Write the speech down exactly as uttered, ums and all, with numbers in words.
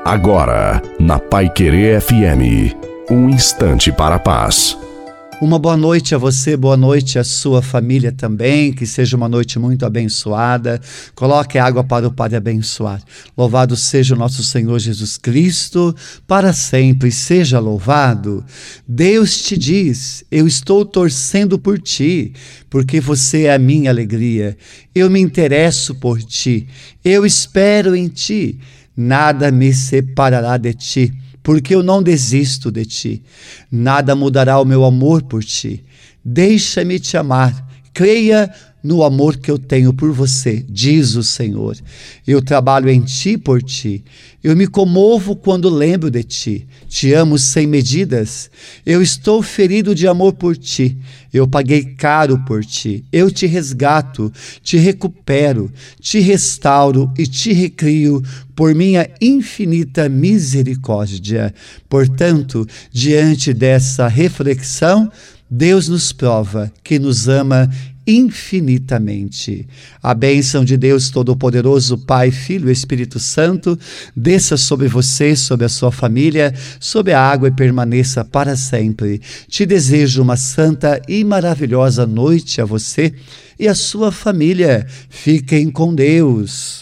Agora, na Paiquerê F M, um instante para a paz. Uma boa noite a você, boa noite à sua família também, que seja uma noite muito abençoada. Coloque água para o Padre abençoar. Louvado seja o nosso Senhor Jesus Cristo, para sempre seja louvado. Deus te diz, eu estou torcendo por ti, porque você é a minha alegria. Eu me interesso por ti, eu espero em ti, nada me separará de ti. Porque eu não desisto de ti, nada mudará o meu amor por ti. Deixa-me te amar, creia no amor que eu tenho por você, diz o Senhor. Eu trabalho em ti por ti, eu me comovo quando lembro de ti, te amo sem medidas, eu estou ferido de amor por ti, eu paguei caro por ti, eu te resgato, te recupero, te restauro e te recrio por minha infinita misericórdia. Portanto, diante dessa reflexão, Deus nos prova que nos ama infinitamente. A bênção de Deus Todo-Poderoso, Pai, Filho e Espírito Santo, desça sobre você, sobre a sua família, sobre a água e permaneça para sempre. Te desejo uma santa e maravilhosa noite a você e a sua família. Fiquem com Deus.